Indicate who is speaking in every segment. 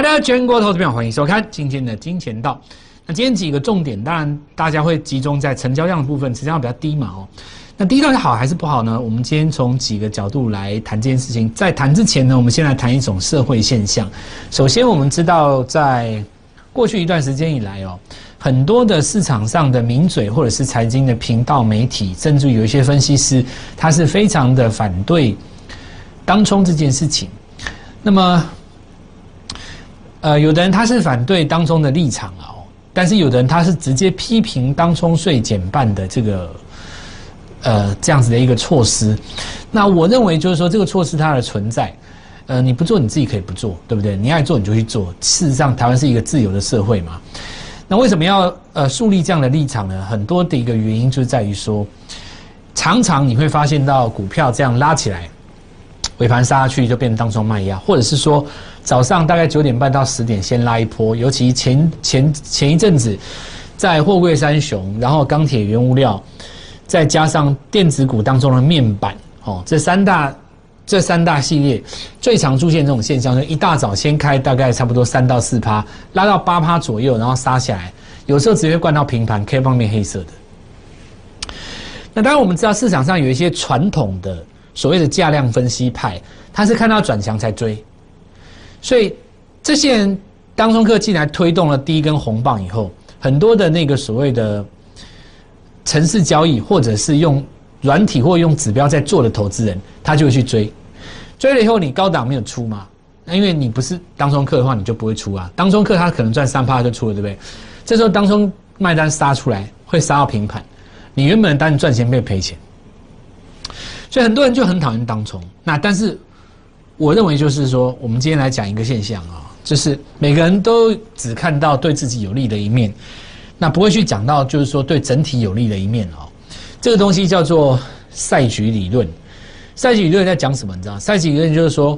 Speaker 1: 的，全国投资朋友，欢迎收看今天的金钱道。那今天几个重点，当然大家会集中在成交量的部分，成交量比较低嘛哦。那第一段好还是不好呢？我们今天从几个角度来谈这件事情。在谈之前呢，我们先来谈一种社会现象。首先，我们知道在过去一段时间以来哦，很多的市场上的名嘴或者是财经的频道媒体，甚至有一些分析师，他是非常的反对当冲这件事情。那么有的人他是反对当冲的立场哦，但是有的人他是直接批评当冲税减半的这个这样子的一个措施。那我认为就是说这个措施它的存在，你不做你自己可以不做，对不对？你爱做你就去做。事实上，台湾是一个自由的社会嘛。那为什么要树立这样的立场呢？很多的一个原因就是在于说，常常你会发现到股票这样拉起来，尾盘杀下去就变成当冲卖压，或者是说早上大概9点半到10点先拉一波，尤其前一阵子在货柜三雄，然后钢铁原物料，再加上电子股当中的面板，哦，这三大系列最常出现这种现象，就一大早先开大概差不多3到4%，拉到8%左右，然后杀下来，有时候直接灌到平盘 ，K 棒面黑色的。那当然我们知道市场上有一些传统的所谓的价量分析派，他是看到转强才追，所以这些人当冲客进来推动了第一根红棒以后，很多的那个所谓的程式交易或者是用软体或用指标在做的投资人，他就会去追，追了以后你高档没有出嘛？那因为你不是当冲客的话，你就不会出啊。当冲客他可能赚3%就出了，对不对？这时候当冲卖单杀出来，会杀到平盘，你原本的单赚钱被赔钱。所以很多人就很讨厌当冲。那但是我认为就是说，我们今天来讲一个现象啊，就是每个人都只看到对自己有利的一面，那不会去讲到就是说对整体有利的一面哦。这个东西叫做赛局理论。赛局理论在讲什么？你知道？赛局理论就是说，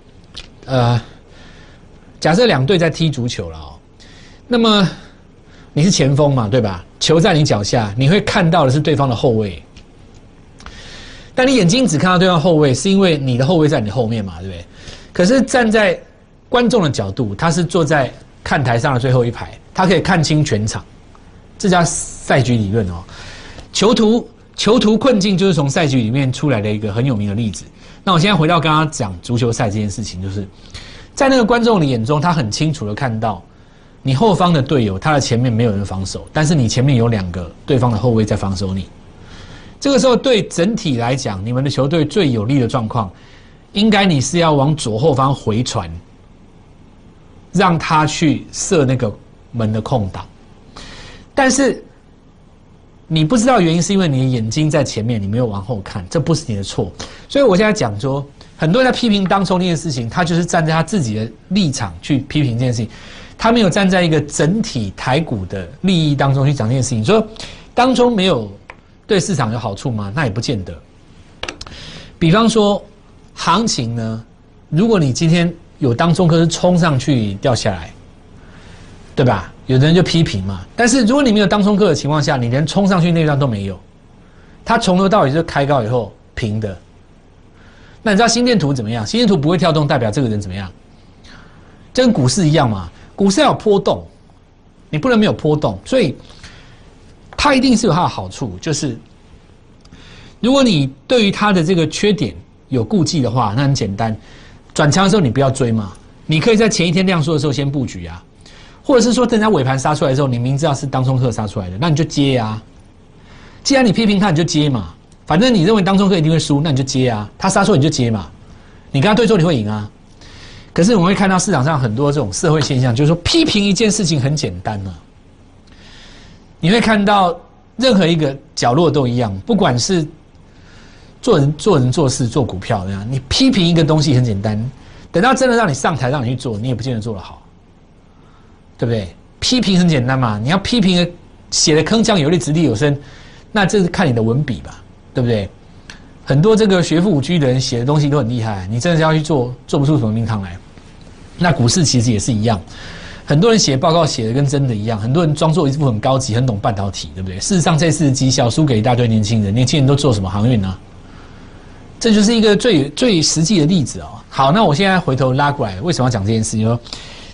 Speaker 1: 假设2队在踢足球了哦，那么你是前锋嘛，对吧？球在你脚下，你会看到的是对方的后卫。但你眼睛只看到对方后卫，是因为你的后卫在你后面嘛，对不对？可是站在观众的角度，他是坐在看台上的最后一排，他可以看清全场，这叫赛局理论哦。囚徒困境就是从赛局里面出来的一个很有名的例子。那我现在回到刚刚讲足球赛这件事情，就是在那个观众的眼中，他很清楚的看到你后方的队友，他的前面没有人防守，但是你前面有2个对方的后卫在防守你。这个时候对整体来讲，你们的球队最有利的状况，应该你是要往左后方回传，让他去射那个门的空档。但是你不知道原因，是因为你的眼睛在前面，你没有往后看，这不是你的错。所以我现在讲说，很多人在批评当冲这件事情，他就是站在他自己的立场去批评这件事情，他没有站在一个整体台股的利益当中去讲这件事情。说当冲没有对市场有好处吗？那也不见得。比方说行情呢，如果你今天有当冲客是冲上去掉下来，对吧？有的人就批评嘛。但是如果你没有当冲客的情况下，你连冲上去那段都没有，它从头到尾就是开高以后平的。那你知道心电图怎么样？心电图不会跳动，代表这个人怎么样？就跟股市一样嘛，股市要有波动，你不能没有波动，所以它一定是有它的好处，就是如果你对于它的这个缺点有顾忌的话，那很简单，转强的时候你不要追嘛，你可以在前一天量缩的时候先布局啊，或者是说等它尾盘杀出来的时候，你明知道是当冲客杀出来的，那你就接啊。既然你批评他，你就接嘛，反正你认为当冲客一定会输，那你就接啊，他杀出你就接嘛，你跟他对做你会赢啊。可是我们会看到市场上很多这种社会现象，就是说批评一件事情很简单啊。你会看到任何一个角落都一样，不管是做人做事做股票这样，你批评一个东西很简单，等到真的让你上台让你去做，你也不见得做得好，对不对？批评很简单嘛，你要批评写的铿锵有力、掷地有声，那这是看你的文笔吧，对不对？很多这个学富五车的人写的东西都很厉害，你真的是要去做，做不出什么名堂来。那股市其实也是一样，很多人写报告写的跟真的一样，很多人装作一副很高级、很懂半导体，对不对？事实上这次的绩效输给一大堆年轻人，年轻人都做什么航运呢？这就是一个最实际的例子哦。好，那我现在回头拉过来，为什么要讲这件事情？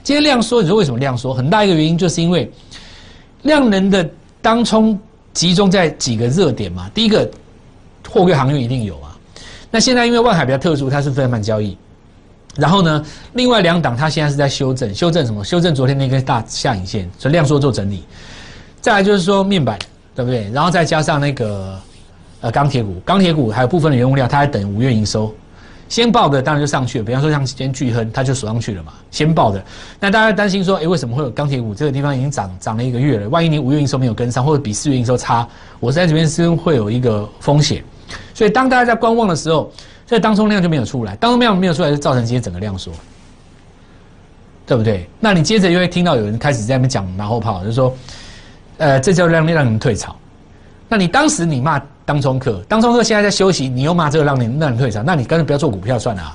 Speaker 1: 今天量缩，你说为什么量缩？很大一个原因就是因为量能的当冲集中在几个热点嘛。第一个，货柜航运一定有啊。那现在因为万海比较特殊，它是分盘交易。然后呢，另外2档它现在是在修正，修正什么？修正昨天那根大下影线，所以量缩做整理。再来就是说面板，对不对？然后再加上那个钢铁股还有部分的原物料，它还等5月营收。先报的当然就上去了，比方说像今天巨亨，它就锁上去了嘛，先报的。那大家担心说，为什么会有钢铁股这个地方已经涨了1个月了？万一你5月营收没有跟上，或者比4月营收差，我在这边是会有一个风险。所以当大家在观望的时候，这当冲量就没有出来，当冲量没有出来，就造成今天整个量缩，对不对？那你接着又会听到有人开始在那边讲马后炮，就是说，这叫让你们退潮。那你当时你骂当冲客现在在休息，你又骂这个让你退潮，那你干脆不要做股票算了啊，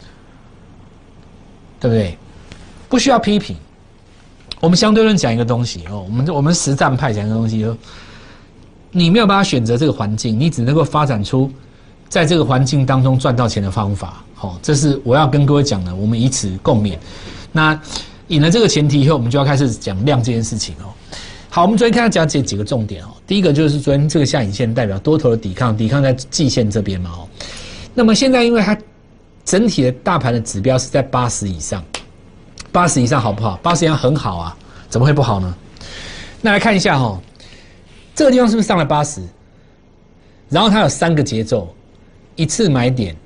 Speaker 1: 对不对？不需要批评。我们相对论讲一个东西哦，我们实战派讲一个东西，你没有办法选择这个环境，你只能够发展出在这个环境当中赚到钱的方法。好，这是我要跟各位讲的，我们以此共勉。那引了这个前提以后，我们就要开始讲量这件事情哦。好，我们昨天看到讲几个重点哦。第一个就是昨天这个下影线代表多头的抵抗在季线这边嘛哦。那么现在因为它整体的大盘的指标是在80以上，80以上好不好？80以上很好啊，怎么会不好呢？那来看一下哦，这个地方是不是上了80？然后它有3个节奏，一次买点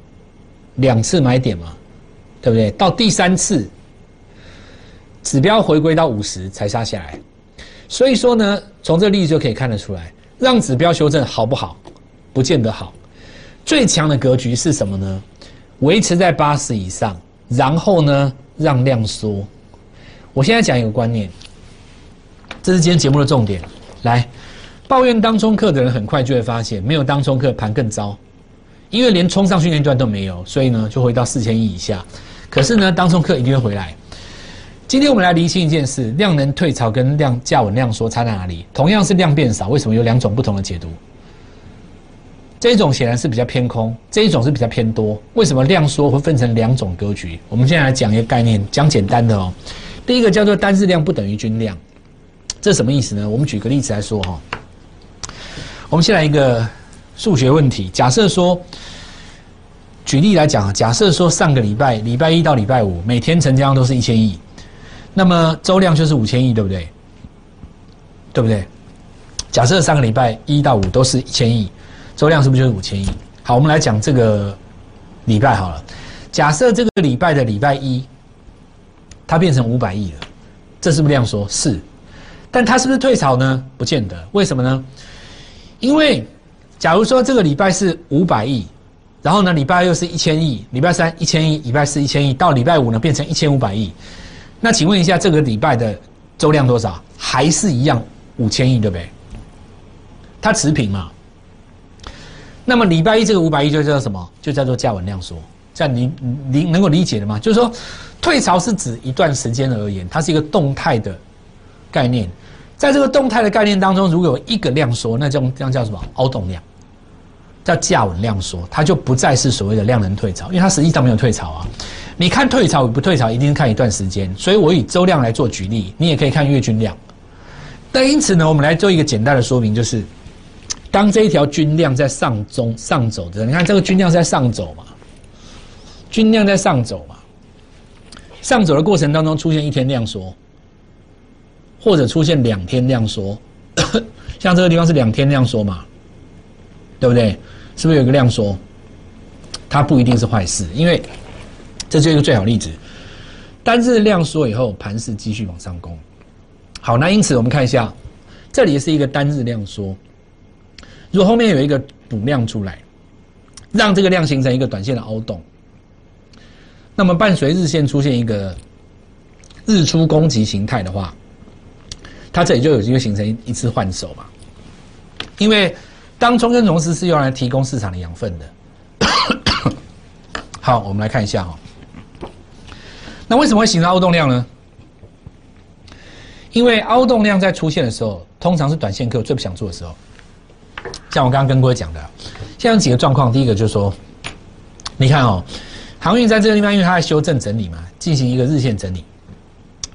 Speaker 1: ，2次买点嘛，对不对？到第3次，指标回归到50才杀下来。所以说呢，从这个例子就可以看得出来，让指标修正好不好？不见得好。最强的格局是什么呢？维持在80以上，然后呢，让量缩。我现在讲一个观念，这是今天节目的重点。来，抱怨当冲客的人很快就会发现，没有当冲客盘更糟，因为连冲上去那段都没有，所以呢就回到4000亿以下。可是呢，当冲客一定会回来。今天我们来厘清一件事：量能退潮跟价稳量缩差在哪里？同样是量变少，为什么有2种不同的解读？这一种显然是比较偏空，这一种是比较偏多。为什么量缩会分成2种格局？我们现在来讲一个概念，讲简单的哦。第一个叫做单日量不等于均量，这什么意思呢？我们举个例子来说哈。我们先来一个数学问题，假设说，举例来讲，假设说上个礼拜1到礼拜5，每天成交量都是1000亿。那么周量就是5000亿，对不对？对不对？假设上个礼拜1到5都是1000亿，周量是不是就是5000亿？好，我们来讲这个礼拜好了。假设这个礼拜的礼拜1，它变成500亿了，这是不是量缩？是。但它是不是退潮呢？不见得。为什么呢？因为假如说这个礼拜是500亿，然后呢礼拜2又是1000亿，礼拜3 1000亿，礼拜4 1000亿，到礼拜5呢变成1500亿。那请问一下，这个礼拜的周量多少？还是一样5000亿，对不对？它持平嘛。那么礼拜1这个500亿就叫做什么？就叫做价稳量缩。这样你能够理解的吗？就是说，退潮是指一段时间而言，它是一个动态的概念。在这个动态的概念当中，如果有一个量缩，那这样叫什么？凹动量，叫价稳量缩，它就不再是所谓的量能退潮，因为它实际上没有退潮啊。你看退潮与不退潮，一定是看一段时间，所以我以周量来做举例，你也可以看月均量。那因此呢，我们来做一个简单的说明，就是当这一条均量在上走的，你看这个均量在上走嘛，均量在上走嘛，上走的过程当中出现1天量缩，或者出现2天量缩，像这个地方是2天量缩嘛，对不对？是不是有一个量缩？它不一定是坏事，因为这就是一个最好例子。单日量缩以后，盘势继续往上攻。好，那因此我们看一下，这里是一个单日量缩。如果后面有一个补量出来，让这个量形成一个短线的凹洞，那么伴随日线出现一个日出攻击形态的话，它这里就有机会形成一次换手嘛。因为当冲跟融资是用来提供市场的养分的。好，我们来看一下哈。那为什么会形成凹动量呢？因为凹动量在出现的时候，通常是短线客最不想做的时候。像我刚刚跟各位讲的，现在有几个状况。第一个就是说，你看哦，航运在这个地方，因为它在修正整理嘛，进行一个日线整理。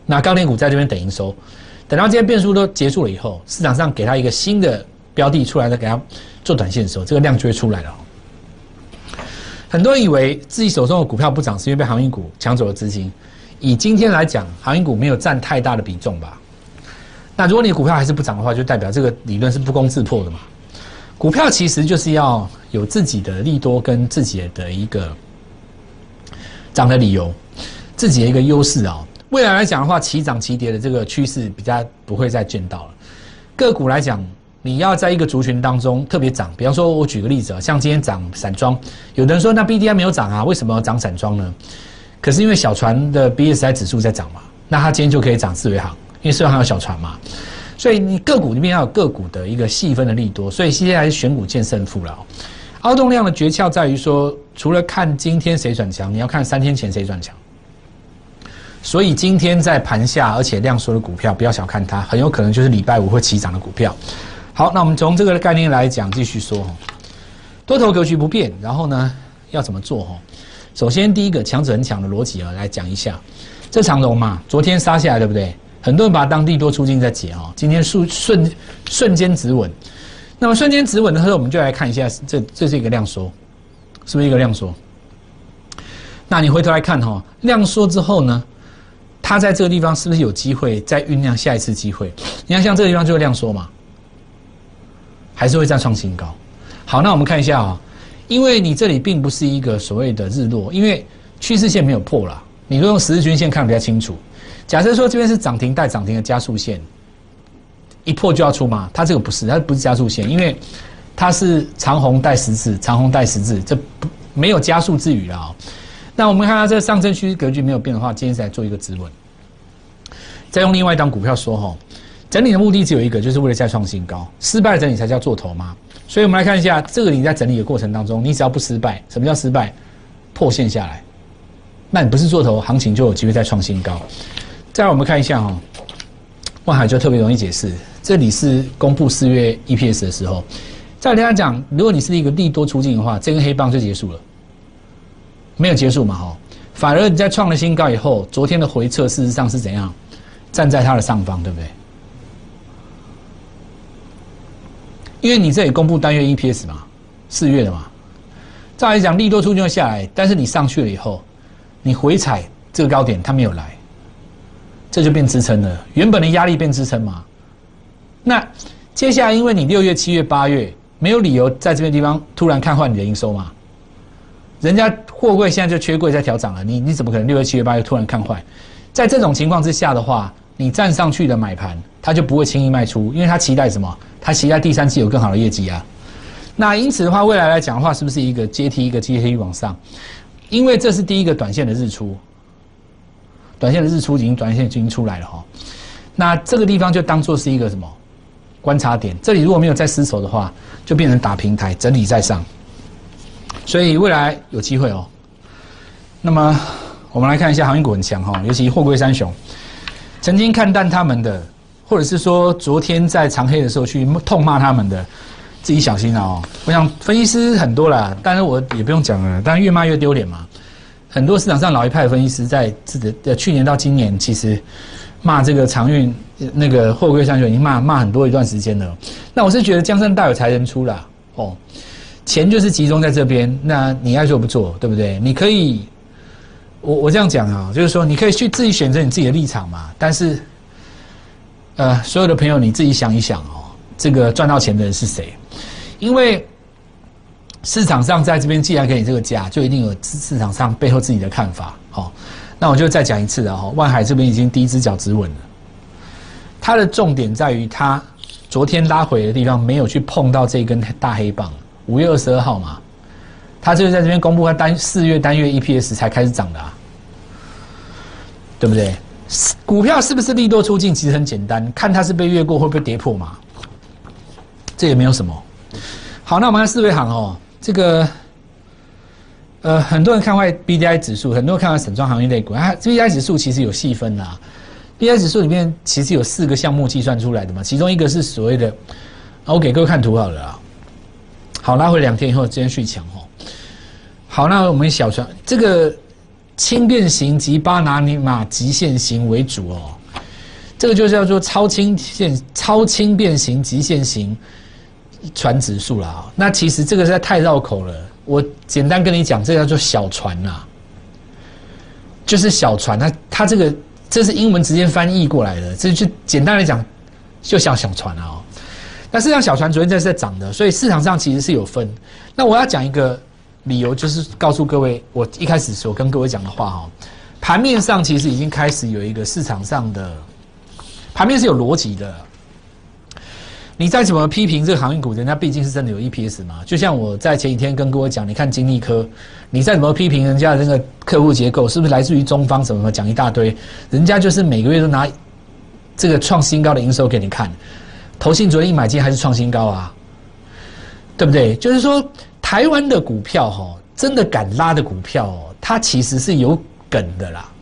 Speaker 1: 那钢铁股在这边等营收，等到这些变数都结束了以后，市场上给它一个新的标的出来的，给它做短线的时候，这个量就会出来了。很多人以为自己手中的股票不涨，是因为被航运股抢走了资金。以今天来讲，航运股没有占太大的比重吧？那如果你的股票还是不涨的话，就代表这个理论是不攻自破的嘛。股票其实就是要有自己的利多跟自己的一个涨的理由，自己的一个优势啊。未来来讲的话，齐涨齐跌的这个趋势比较不会再见到了。个股来讲，你要在一个族群当中特别涨，比方说我举个例子啊，像今天涨散装，有的人说那 BDI 没有涨啊，为什么要涨散装呢？可是因为小船的 BSI 指数在涨嘛，那它今天就可以涨四维航，因为四维航有小船嘛，所以你个股里面要有个股的一个细分的利多，所以现在还是选股见胜负了。凹动量的诀窍在于说，除了看今天谁转强，你要看3天前谁转强。所以今天在盘下而且量缩的股票，不要小看它，很有可能就是礼拜五会起涨的股票。好，那我们从这个概念来讲，继续说多头格局不变，然后呢要怎么做？首先第一个强者很强的逻辑来讲一下，这长荣嘛，昨天杀下来对不对？很多人把它当利多出尽在解今天瞬间止稳。那么瞬间止稳的时候，我们就来看一下，这是一个量缩，是不是一个量缩？那你回头来看量缩之后呢？它在这个地方是不是有机会再酝酿下一次机会？你看，像这个地方就会量缩嘛，还是会再创新高。好，那我们看一下因为你这里并不是一个所谓的日落，因为趋势线没有破啦，你都用10日均线看比较清楚。假设说这边是涨停带涨停的加速线，一破就要出嘛，它这个不是，它不是加速线，因为它是长红带十字，长红带十字，这没有加速之余啦那我们看到这个上证趋势格局没有变的话，今天是来做一个止稳。再用另外一档股票说整理的目的只有一个，就是为了再创新高。失败的整理才叫做头嘛。所以我们来看一下，这个你在整理的过程当中，你只要不失败，什么叫失败？破线下来，那你不是做头，行情就有机会再创新高。再来我们看一下万海就特别容易解释，这里是公布4月 EPS 的时候，照人家讲，如果你是一个利多出尽的话，这根黑棒就结束了。没有结束嘛反而你在创了新高以后，昨天的回撤事实上是怎样？站在它的上方，对不对？因为你这里公布单月 EPS 嘛，4月的嘛，照来讲利多出就下来，但是你上去了以后，你回踩这个高点它没有来，这就变支撑了，原本的压力变支撑嘛。那接下来因为你6月、7月、8月没有理由在这边地方突然看坏你的营收嘛。人家货柜现在就缺柜在调涨了，你怎么可能6月、7月、8月突然看坏？在这种情况之下的话，你站上去的买盘，它就不会轻易卖出，因为它期待什么？它期待第3季有更好的业绩啊。那因此的话，未来来讲的话，是不是一个阶梯往上？因为这是第一个短线的日出，短线已经出来了那这个地方就当做是一个什么观察点？这里如果没有再失手的话，就变成打平台，整理在上。所以未来有机会那么我们来看一下航运股很强尤其货柜三雄，曾经看淡他们的，或者是说昨天在长黑的时候去痛骂他们的，自己小心我想分析师很多啦，但是我也不用讲了，但越骂越丢脸嘛。很多市场上老一派的分析师在去年到今年，其实骂这个长运那个货柜三雄已经骂很多一段时间了。那我是觉得江山大有才人出啦钱就是集中在这边，那你爱做不做，对不对？你可以，我这样讲就是说你可以去自己选择你自己的立场嘛。但是，所有的朋友你自己想一想这个赚到钱的人是谁？因为市场上在这边既然给你这个价，就一定有市场上背后自己的看法那我就再讲一次万海这边已经第一只脚止稳了，它的重点在于它昨天拉回的地方没有去碰到这根大黑棒。5月22号嘛，他就是在这边公布他4月单月 EPS 才开始涨的对不对？股票是不是利多出尽？其实很简单，看它是被越过会不会跌破嘛，这也没有什么。好，那我们看四维航这个很多人看坏 BDI 指数，很多人看坏散装航运类股BDI 指数其实有细分BDI 指数里面其实有4个项目计算出来的嘛，其中一个是所谓的，我给各位看图好了好，拉回2天以后，今天续强好，那我们小船这个轻便型及巴拿马极限型为主哦。这个就叫做超轻便型极限型船指数啦。那其实这个实在太绕口了，我简单跟你讲，这叫做小船啦，就是小船。它这是英文直接翻译过来的，这就简单来讲，就像小船啊。那事实上小船昨天在涨的，所以市场上其实是有分。那我要讲一个理由，就是告诉各位，我一开始所跟各位讲的话哈，盘面上其实已经开始有一个市场上的盘面是有逻辑的。你再怎么批评这个航运股，人家毕竟是真的有 EPS 嘛。就像我在前几天跟各位讲，你看金利科，你再怎么批评人家的那个客户结构，是不是来自于中方什么讲一大堆，人家就是每个月都拿这个创新高的营收给你看。投信昨天一买进还是创新高啊，对不对？就是说台湾的股票哈，真的敢拉的股票哦，它其实是有梗的啦。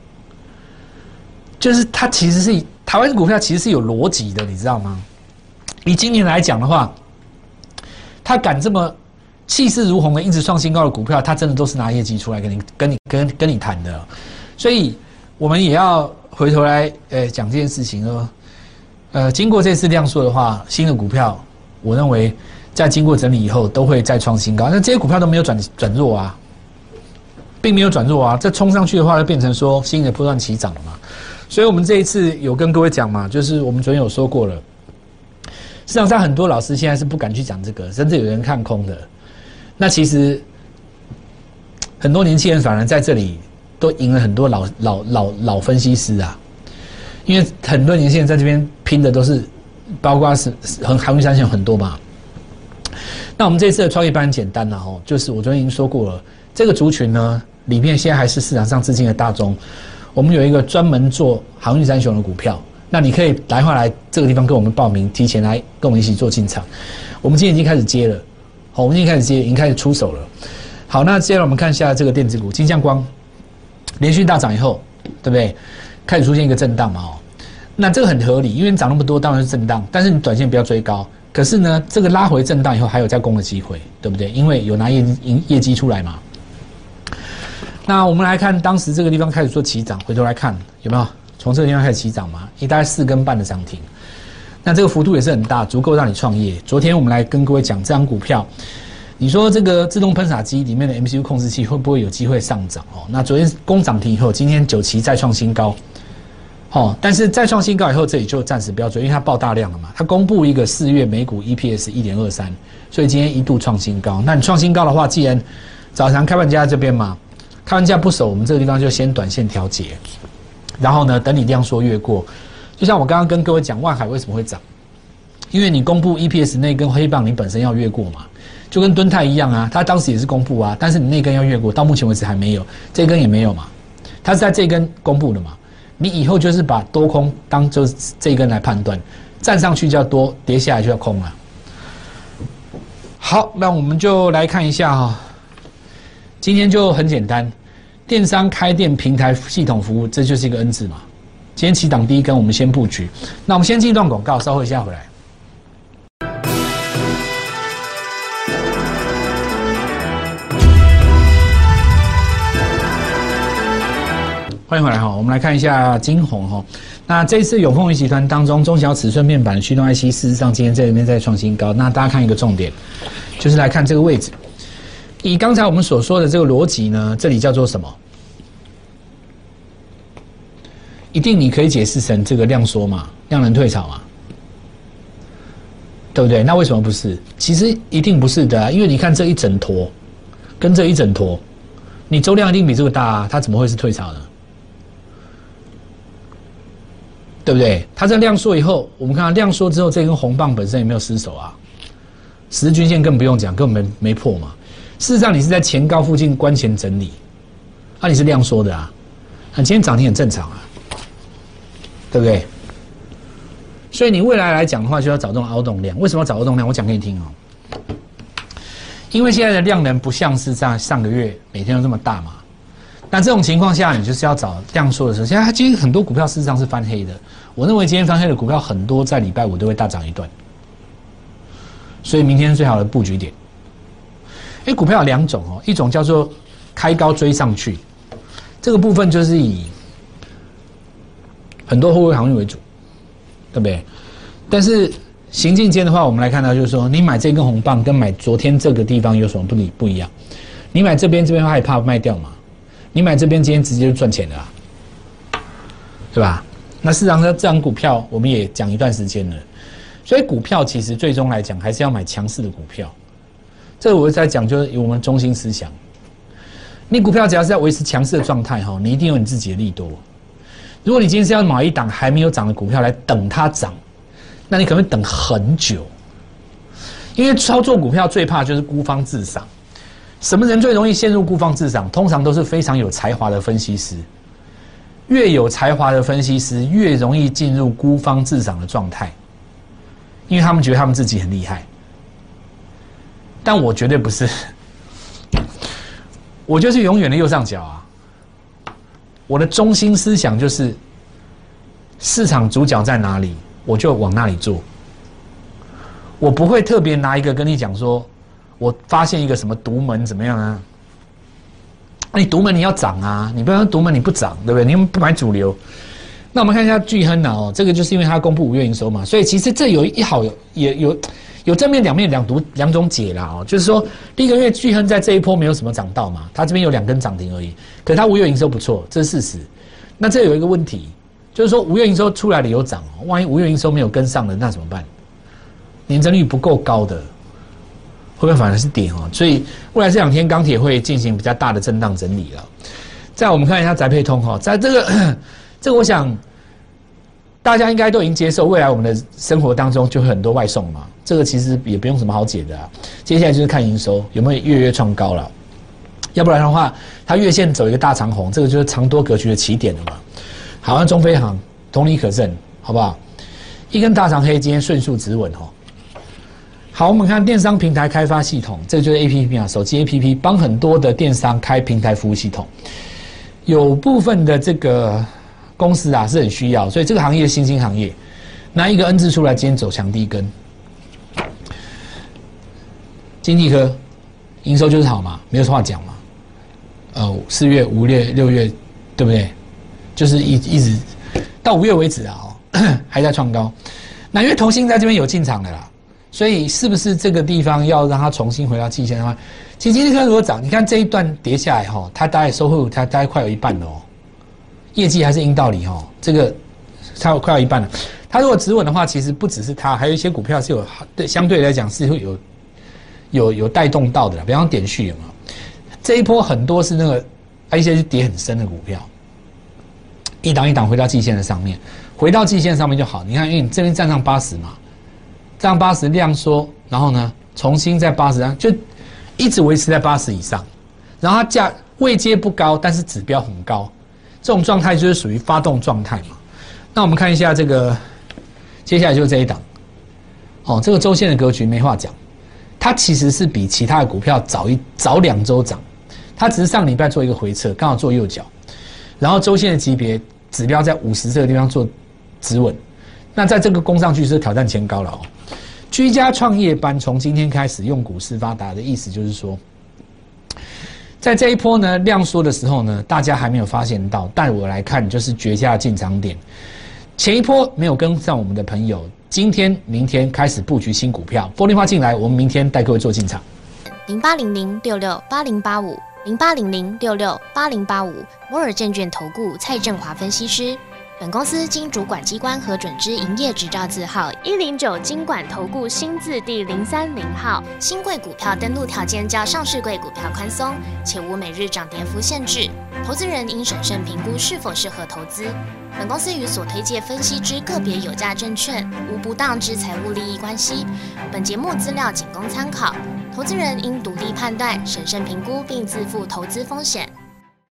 Speaker 1: 就是它其实是台湾股票其实是有逻辑的，你知道吗？以今年来讲的话，它敢这么气势如虹的一直创新高的股票，它真的都是拿业绩出来跟你谈的。所以我们也要回头来讲这件事情哦。经过这次量缩的话，新的股票，我认为在经过整理以后都会再创新高。那这些股票都没有转弱啊，并没有转弱啊。这冲上去的话，就变成说新的波段起涨了嘛。所以我们这一次有跟各位讲嘛，就是我们昨天有说过了，市场上很多老师现在是不敢去讲这个，甚至有人看空的。那其实很多年轻人反而在这里都赢了很多老分析师啊。因为很多年轻人在这边拼的都是，包括是航运三雄很多嘛。那我们这次的创业班很简单啦哦，就是我昨天已经说过了，这个族群呢里面现在还是市场上资金的大宗，我们有一个专门做航运三雄的股票，那你可以来这个地方跟我们报名，提前来跟我们一起做进场。我们今天已经开始接了，好，我们已经开始出手了。好，那接下来我们看一下这个电子股，金像光连续大涨以后，对不对？开始出现一个震荡嘛哦，那这个很合理，因为你涨那么多当然是震荡，但是你短线不要追高。可是呢，这个拉回震荡以后还有再攻的机会，对不对？因为有拿业绩出来嘛。那我们来看当时这个地方开始做起涨，回头来看有没有从这个地方开始起涨嘛？也大概4根半的涨停，那这个幅度也是很大，足够让你创业。昨天我们来跟各位讲这张股票。你说这个自动喷洒机里面的 MCU 控制器会不会有机会上涨哦？那昨天攻涨停以后，今天9期再创新高，但是再创新高以后，这里就暂时不要追，因为它爆大量了嘛。它公布一个4月每股 EPS 1.23，所以今天一度创新高。那你创新高的话，既然早上开盘价这边嘛，开盘价不守，我们这个地方就先短线调节，然后呢，等你量缩越过，就像我刚刚跟各位讲，万海为什么会涨？因为你公布 EPS 那根黑棒，你本身要越过嘛。就跟敦泰一样啊，它当时也是公布啊，但是你那根要越过，到目前为止还没有，这根也没有嘛，它是在这根公布的嘛，你以后就是把多空当就是这根来判断，站上去就要多，跌下来就要空了。好，那我们就来看一下哈，今天就很简单，电商开店平台系统服务，这就是一个 N 字嘛，今天起涨第一根，我们先布局，那我们先进一段广告，稍后一下回来。欢迎回来哈，我们来看一下金鸿哈。那这一次永丰余集团当中，中小尺寸面板的驱动 IC， 事实上今天这里面在创新高。那大家看一个重点，就是来看这个位置。以刚才我们所说的这个逻辑呢，这里叫做什么？一定你可以解释成这个量缩嘛，量能退潮嘛，对不对？那为什么不是？其实一定不是的啊，因为你看这一整坨，跟这一整坨，你周量一定比这个大啊，它怎么会是退潮呢？对不对？它在量缩以后，我们看到量缩之后，这根红棒本身有没有失守啊？10日均线更不用讲，根本没破嘛。事实上，你是在前高附近关前整理，你是量缩的啊。今天涨停很正常啊，对不对？所以你未来来讲的话，就要找这种凹动量。为什么要找凹动量？我讲给你听哦。因为现在的量能不像是在上个月每天都这么大嘛。那这种情况下，你就是要找量缩的时候。现在它今天很多股票事实上是翻黑的。我认为今天翻黑的股票很多，在礼拜五都会大涨一段。所以明天是最好的布局点。股票有2种哦，一种叫做开高追上去， 这个部分就是以很多货柜航运为主，对不对？但是行进间的话，我们来看到就是说，你买这根红棒跟买昨天这个地方有什么不一样？你买这边害怕卖掉嘛？你买这边今天直接就赚钱了啊，对吧？那事实上，这张股票我们也讲一段时间了，所以股票其实最终来讲还是要买强势的股票。这个我在讲就是我们中心思想，你股票只要是要维持强势的状态哈，你一定有你自己的利多。如果你今天是要买一档还没有涨的股票来等它涨，那你可能会等很久。因为操作股票最怕就是孤芳自赏。什么人最容易陷入孤芳自赏？通常都是非常有才华的分析师。越有才华的分析师越容易进入孤芳自赏的状态，因为他们觉得他们自己很厉害。但我绝对不是，我就是永远的右上角啊。我的中心思想就是市场主角在哪里，我就往那里做。我不会特别拿一个跟你讲说，我发现一个什么独门怎么样啊？你独门你要涨啊，你不要独门你不涨，对不对？你不买主流。那我们看一下巨亨啊，哦，这个就是因为它公布5月营收嘛，所以其实这有一好也有正面两面两种解啦哦，就是说第一个，因为巨亨在这一波没有什么涨到嘛，它这边有2根涨停而已，可是它5月营收不错，这是事实。那这有一个问题，就是说5月营收出来了有涨，万一5月营收没有跟上了，那怎么办？年增率不够高的，会不会反而是跌哦？所以未来这2天钢铁会进行比较大的震荡整理了。再我们看一下宅配通哈，在这个我想大家应该都已经接受，未来我们的生活当中就会很多外送嘛，这个其实也不用什么好解的啊。接下来就是看营收有没有月创高了，要不然的话，它月线走一个大长红，这个就是长多格局的起点了嘛。好，那中飞航同理可证，好不好？一根大长黑，今天迅速止稳哦。好，我们看电商平台开发系统，这个就是 APP 啊，手机 APP 帮很多的电商开平台服务系统，有部分的这个公司啊是很需要，所以这个行业新兴行业，拿一个 N 字出来，今天走强第一根。经济科营收就是好嘛，没有话讲嘛。4月、5月、6月，对不对？就是一直到5月为止啊，还在创高。那因为投信在这边有进场的啦。所以是不是这个地方要让它重新回到季线的话，其实经济科如果涨，你看这一段跌下来哈，它大概收获它大概快有一半了哦，业绩还是阴道里哈，这个它快要一半了。它如果止稳的话，其实不只是它，还有一些股票是有对相对来讲是会有带动到的啦，比方点序有没有？这一波很多是那个一些是跌很深的股票，一档一档回到季线的上面，回到季线上面就好。你看，因为你这边站上80嘛。这样80量缩，然后呢，重新在80上就一直维持在80以上，然后它位阶不高，但是指标很高，这种状态就是属于发动状态嘛。那我们看一下这个，接下来就是这一档，哦，这个周线的格局没话讲，它其实是比其他的股票早2周涨，它只是上礼拜做一个回撤，刚好做右脚，然后周线的级别指标在50这个地方做止稳，那在这个攻上去是挑战前高了哦。居家创业班从今天开始用股市发达的意思就是说，在这一波呢量缩的时候呢，大家还没有发现到，但我来看就是绝佳的进场点。前一波没有跟上我们的朋友，今天、明天开始布局新股票，玻璃化进来，我们明天带各位做进场。
Speaker 2: 0800668085，0800668085，摩尔证券投顾蔡正华分析师。本公司经主管机关核准之营业执照字号109金管投顾新字第030号。新贵股票登录条件较上市贵股票宽松，且无每日涨跌幅限制。投资人应审慎评估是否适合投资。本公司与所推介分析之个别有价证券无不当之财务利益关系。本节目资料仅供参考，投资人应独立判断、审慎评估并自负投资风险。